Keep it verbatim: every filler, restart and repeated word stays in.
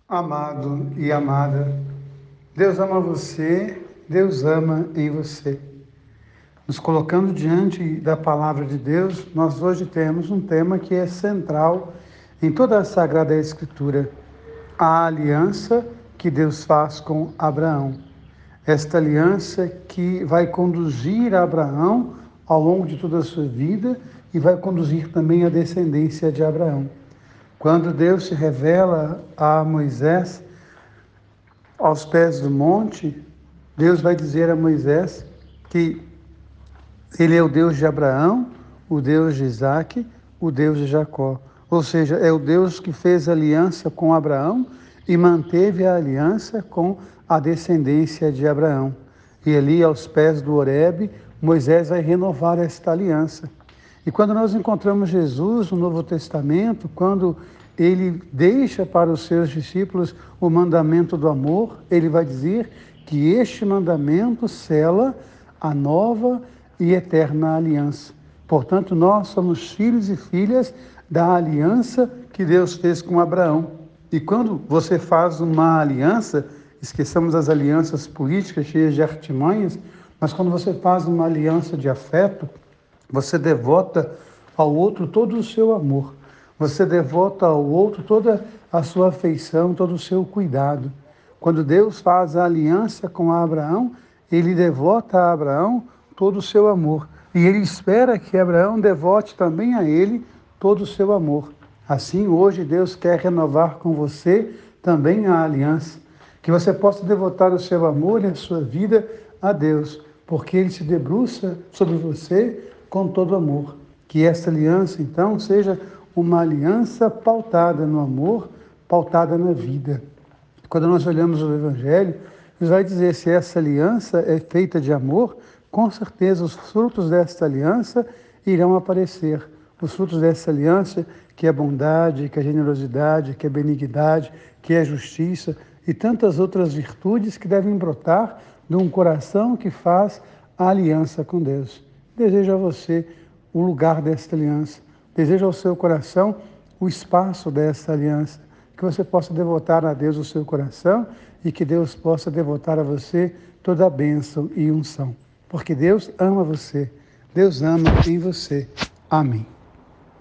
Amado e amada, Deus ama você, Deus ama em você. Nos colocando diante da palavra de Deus, nós hoje temos um tema que é central em toda a Sagrada Escritura, a aliança que Deus faz com Abraão. Esta aliança que vai conduzir Abraão ao longo de toda a sua vida e vai conduzir também a descendência de Abraão. Quando Deus se revela a Moisés, aos pés do monte, Deus vai dizer a Moisés que ele é o Deus de Abraão, o Deus de Isaque, o Deus de Jacó. Ou seja, é o Deus que fez aliança com Abraão e manteve a aliança com a descendência de Abraão. E ali, aos pés do Horebe, Moisés vai renovar esta aliança. E quando nós encontramos Jesus no Novo Testamento, quando ele deixa para os seus discípulos o mandamento do amor, ele vai dizer que este mandamento sela a nova e eterna aliança. Portanto, nós somos filhos e filhas da aliança que Deus fez com Abraão. E quando você faz uma aliança, esqueçamos as alianças políticas cheias de artimanhas, mas quando você faz uma aliança de afeto, você devota ao outro todo o seu amor. Você devota ao outro toda a sua afeição, todo o seu cuidado. Quando Deus faz a aliança com Abraão, ele devota a Abraão todo o seu amor. E ele espera que Abraão devote também a ele todo o seu amor. Assim, hoje, Deus quer renovar com você também a aliança. Que você possa devotar o seu amor e a sua vida a Deus, porque ele se debruça sobre você com todo amor. Que essa aliança, então, seja uma aliança pautada no amor, pautada na vida. Quando nós olhamos o Evangelho, Deus vai dizer, se essa aliança é feita de amor, com certeza os frutos desta aliança irão aparecer. Os frutos dessa aliança, que é bondade, que é generosidade, que é benignidade, que é justiça e tantas outras virtudes que devem brotar de um coração que faz a aliança com Deus. Desejo a você o lugar desta aliança. Desejo ao seu coração o espaço desta aliança. Que você possa devotar a Deus o seu coração e que Deus possa devotar a você toda a bênção e unção. Porque Deus ama você. Deus ama em você. Amém.